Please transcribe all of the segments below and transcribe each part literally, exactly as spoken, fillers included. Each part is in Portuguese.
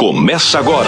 começa agora.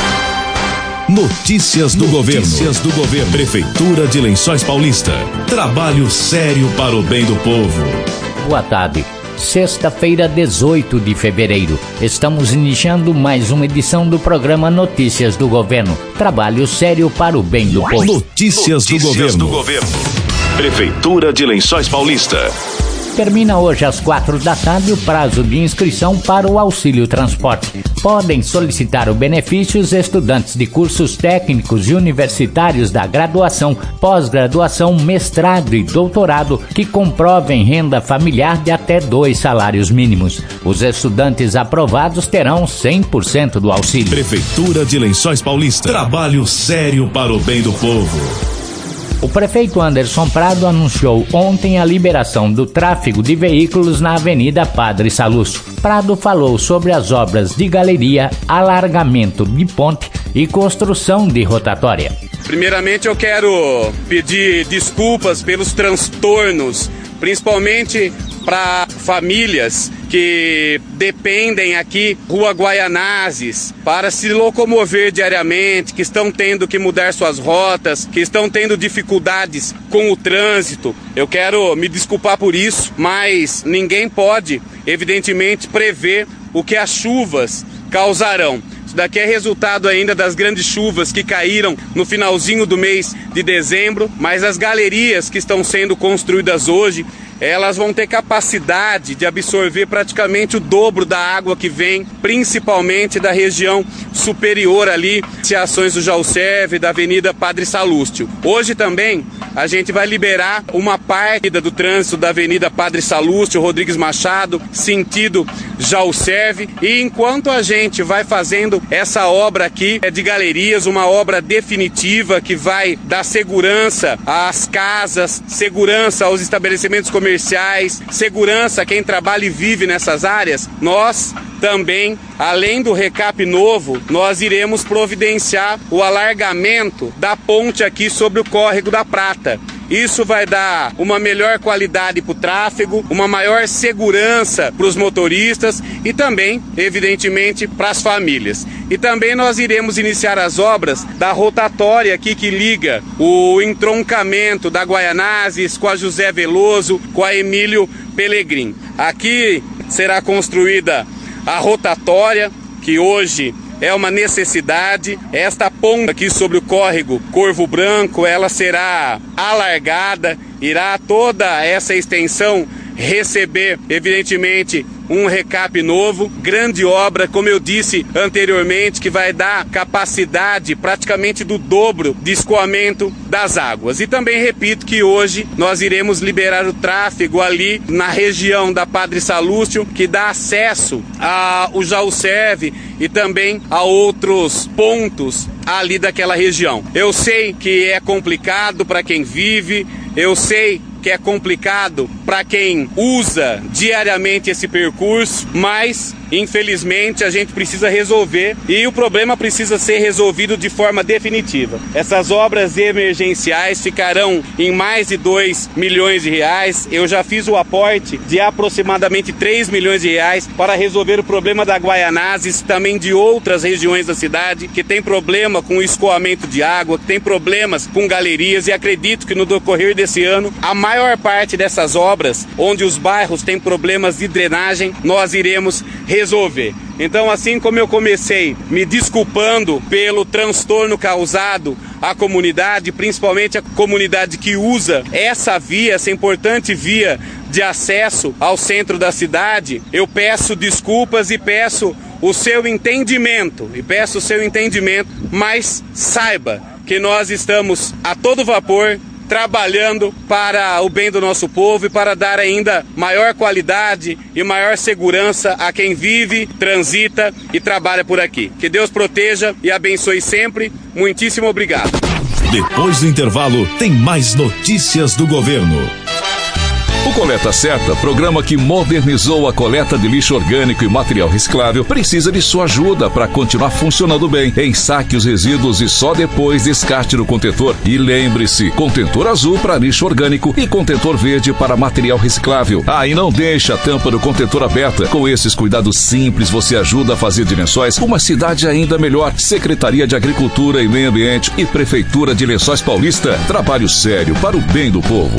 Notícias do governo. Notícias do governo. Prefeitura de Lençóis Paulista. Trabalho sério para o bem do povo. Boa tarde. Sexta-feira, dezoito de fevereiro. Estamos iniciando mais uma edição do programa Notícias do Governo. Trabalho sério para o bem do povo. Notícias, Notícias do, governo. do governo. Prefeitura de Lençóis Paulista. Termina hoje às quatro da tarde o prazo de inscrição para o Auxílio Transporte. Podem solicitar o benefício os estudantes de cursos técnicos e universitários da graduação, pós-graduação, mestrado e doutorado que comprovem renda familiar de até dois salários mínimos. Os estudantes aprovados terão cem por cento do auxílio. Prefeitura de Lençóis Paulista. Trabalho sério para o bem do povo. O prefeito Anderson Prado anunciou ontem a liberação do tráfego de veículos na Avenida Padre Salúcio. Prado falou sobre as obras de galeria, alargamento de ponte e construção de rotatória. Primeiramente eu quero pedir desculpas pelos transtornos, principalmente para famílias que dependem aqui, Rua Guaianazes, para se locomover diariamente, que estão tendo que mudar suas rotas, que estão tendo dificuldades com o trânsito. Eu quero me desculpar por isso, mas ninguém pode, evidentemente, prever o que as chuvas causarão. Isso daqui é resultado ainda das grandes chuvas que caíram no finalzinho do mês de dezembro, mas as galerias que estão sendo construídas hoje, elas vão ter capacidade de absorver praticamente o dobro da água que vem, principalmente da região superior ali, ações do Jauserve, da Avenida Padre Salúcio. Hoje também a gente vai liberar uma parte do trânsito da Avenida Padre Salúcio, Rodrigues Machado, sentido Jauserve, e enquanto a gente vai fazendo essa obra aqui é de galerias, uma obra definitiva que vai dar segurança às casas, segurança aos estabelecimentos comerciais, segurança a quem trabalha e vive nessas áreas, nós também, além do recap novo, nós iremos providenciar o alargamento da ponte aqui sobre o Córrego da Prata. Isso vai dar uma melhor qualidade para o tráfego, uma maior segurança para os motoristas e também, evidentemente, para as famílias. E também nós iremos iniciar as obras da rotatória aqui que liga o entroncamento da Guaianazes com a José Veloso, com a Emílio Pelegrim. Aqui será construída a rotatória, que hoje é uma necessidade. Esta ponte aqui sobre o córrego Corvo Branco, ela será alargada, irá toda essa extensão receber, evidentemente, um recap novo, grande obra, como eu disse anteriormente, que vai dar capacidade praticamente do dobro de escoamento das águas. E também repito que hoje nós iremos liberar o tráfego ali na região da Padre Salúcio, que dá acesso ao Jauserve e também a outros pontos ali daquela região. Eu sei que é complicado para quem vive, eu sei que é complicado para quem usa diariamente esse percurso, mas infelizmente a gente precisa resolver e o problema precisa ser resolvido de forma definitiva. Essas obras emergenciais ficarão em mais de dois milhões de reais. Eu já fiz o aporte de aproximadamente três milhões de reais para resolver o problema da Guaianazes, também de outras regiões da cidade que tem problema com o escoamento de água, que tem problemas com galerias, e acredito que no decorrer desse ano a maior parte dessas obras, onde os bairros têm problemas de drenagem, nós iremos resolver. Então, assim como eu comecei me desculpando pelo transtorno causado à comunidade, principalmente a comunidade que usa essa via, essa importante via de acesso ao centro da cidade, eu peço desculpas e peço o seu entendimento, e peço o seu entendimento, mas saiba que nós estamos a todo vapor trabalhando para o bem do nosso povo e para dar ainda maior qualidade e maior segurança a quem vive, transita e trabalha por aqui. Que Deus proteja e abençoe sempre. Muitíssimo obrigado. Depois do intervalo, tem mais notícias do governo. O Coleta Certa, programa que modernizou a coleta de lixo orgânico e material reciclável, precisa de sua ajuda para continuar funcionando bem. Ensaque os resíduos e só depois descarte no contentor. E lembre-se, contentor azul para lixo orgânico e contentor verde para material reciclável. Ah, e não deixe a tampa do contentor aberta. Com esses cuidados simples, você ajuda a fazer de Lençóis uma cidade ainda melhor. Secretaria de Agricultura e Meio Ambiente e Prefeitura de Lençóis Paulista. Trabalho sério para o bem do povo.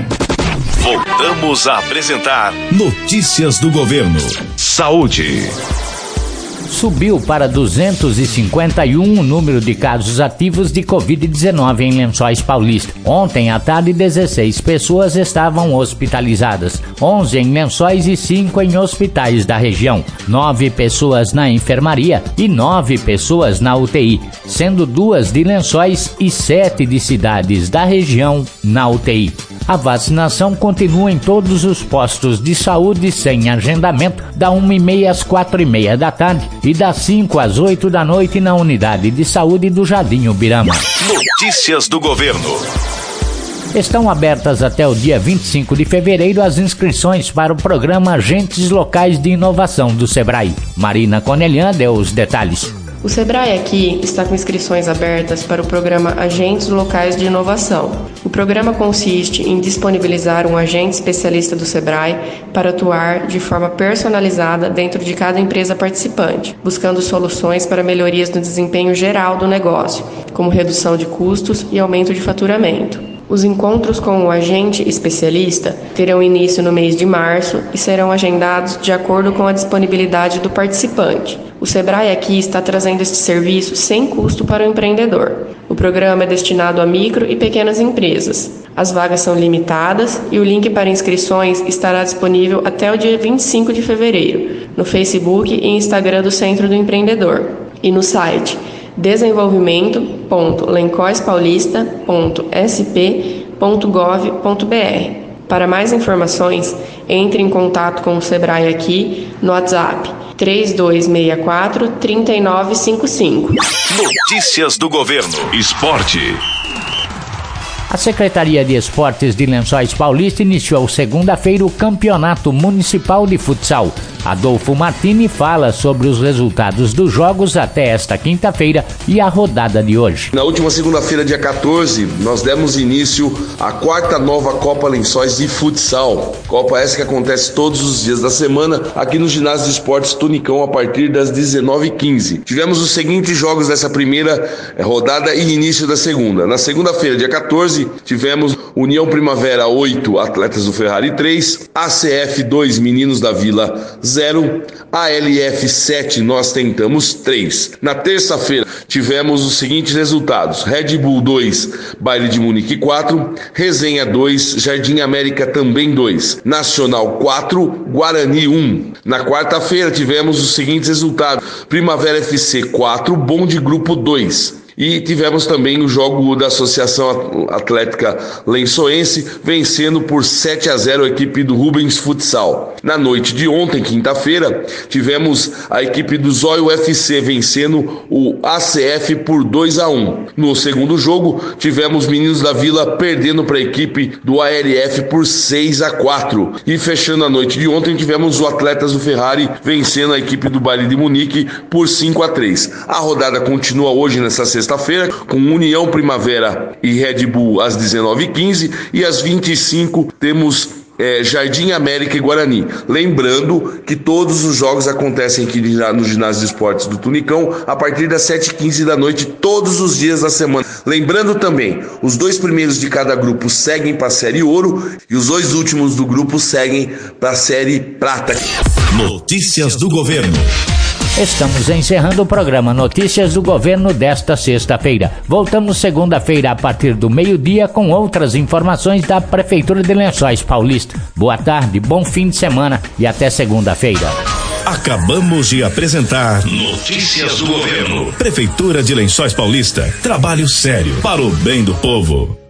Voltamos a apresentar Notícias do Governo. Saúde. Subiu para duzentos e cinquenta e um o número de casos ativos de covid dezenove em Lençóis Paulista. Ontem à tarde, dezesseis pessoas estavam hospitalizadas, onze em Lençóis e cinco em hospitais da região, nove pessoas na enfermaria e nove pessoas na U T I, sendo duas de Lençóis e sete de cidades da região na U T I. A vacinação continua em todos os postos de saúde sem agendamento, da uma e meia às quatro e meia da tarde e das cinco às oito da noite na unidade de saúde do Jardim Ubirama. Notícias do Governo. Estão abertas até o dia vinte e cinco de fevereiro as inscrições para o programa Agentes Locais de Inovação do Sebrae. Marina Conelian deu os detalhes. O Sebrae aqui está com inscrições abertas para o programa Agentes Locais de Inovação. O programa consiste em disponibilizar um agente especialista do Sebrae para atuar de forma personalizada dentro de cada empresa participante, buscando soluções para melhorias no desempenho geral do negócio, como redução de custos e aumento de faturamento. Os encontros com o agente especialista terão início no mês de março e serão agendados de acordo com a disponibilidade do participante. O Sebrae aqui está trazendo este serviço sem custo para o empreendedor. O programa é destinado a micro e pequenas empresas. As vagas são limitadas e o link para inscrições estará disponível até o dia vinte e cinco de fevereiro, no Facebook e Instagram do Centro do Empreendedor e no site desenvolvimento ponto lençóis paulista ponto s p ponto gov ponto b r. Para mais informações, entre em contato com o Sebrae aqui no WhatsApp três dois seis quatro, três nove cinco cinco. Notícias do Governo. Esporte. A Secretaria de Esportes de Lençóis Paulista iniciou segunda-feira o Campeonato Municipal de Futsal. Adolfo Martini fala sobre os resultados dos jogos até esta quinta-feira e a rodada de hoje. Na última segunda-feira, dia quatorze, nós demos início à quarta nova Copa Lençóis de Futsal. Copa essa que acontece todos os dias da semana aqui no Ginásio de Esportes Tunicão a partir das dezenove e quinze. Tivemos os seguintes jogos dessa primeira rodada e início da segunda. Na segunda-feira, dia quatorze, tivemos União Primavera oito, Atletas do Ferrari três, A C F dois, Meninos da Vila zero, A L F sete, Nós Tentamos três. Na terça-feira tivemos os seguintes resultados: Red Bull dois, Baile de Munique quatro, Resenha dois, Jardim América também dois, Nacional quatro, Guarani um. Na quarta-feira tivemos os seguintes resultados: Primavera F C quatro, Bonde Grupo dois. E tivemos também o jogo da Associação Atlética Lençoense vencendo por sete a zero a equipe do Rubens Futsal. Na noite de ontem, quinta-feira, tivemos a equipe do Zóio F C vencendo o A C F por dois a um. No segundo jogo, tivemos os Meninos da Vila perdendo para a equipe do A L F por seis a quatro. E fechando a noite de ontem, tivemos o Atletas do Ferrari vencendo a equipe do Baile de Munique por cinco a três. A rodada continua hoje nessa sexta Sexta-feira, com União Primavera e Red Bull às dezenove e quinze e às vinte e cinco temos é, Jardim América e Guarani. Lembrando que todos os jogos acontecem aqui no Ginásio de Esportes do Tunicão a partir das sete e quinze da noite, todos os dias da semana. Lembrando também, os dois primeiros de cada grupo seguem para a Série Ouro e os dois últimos do grupo seguem para a Série Prata. Notícias do Governo. Estamos encerrando o programa Notícias do Governo desta sexta-feira. Voltamos segunda-feira a partir do meio-dia com outras informações da Prefeitura de Lençóis Paulista. Boa tarde, bom fim de semana e até segunda-feira. Acabamos de apresentar Notícias do Governo. Prefeitura de Lençóis Paulista. Trabalho sério para o bem do povo.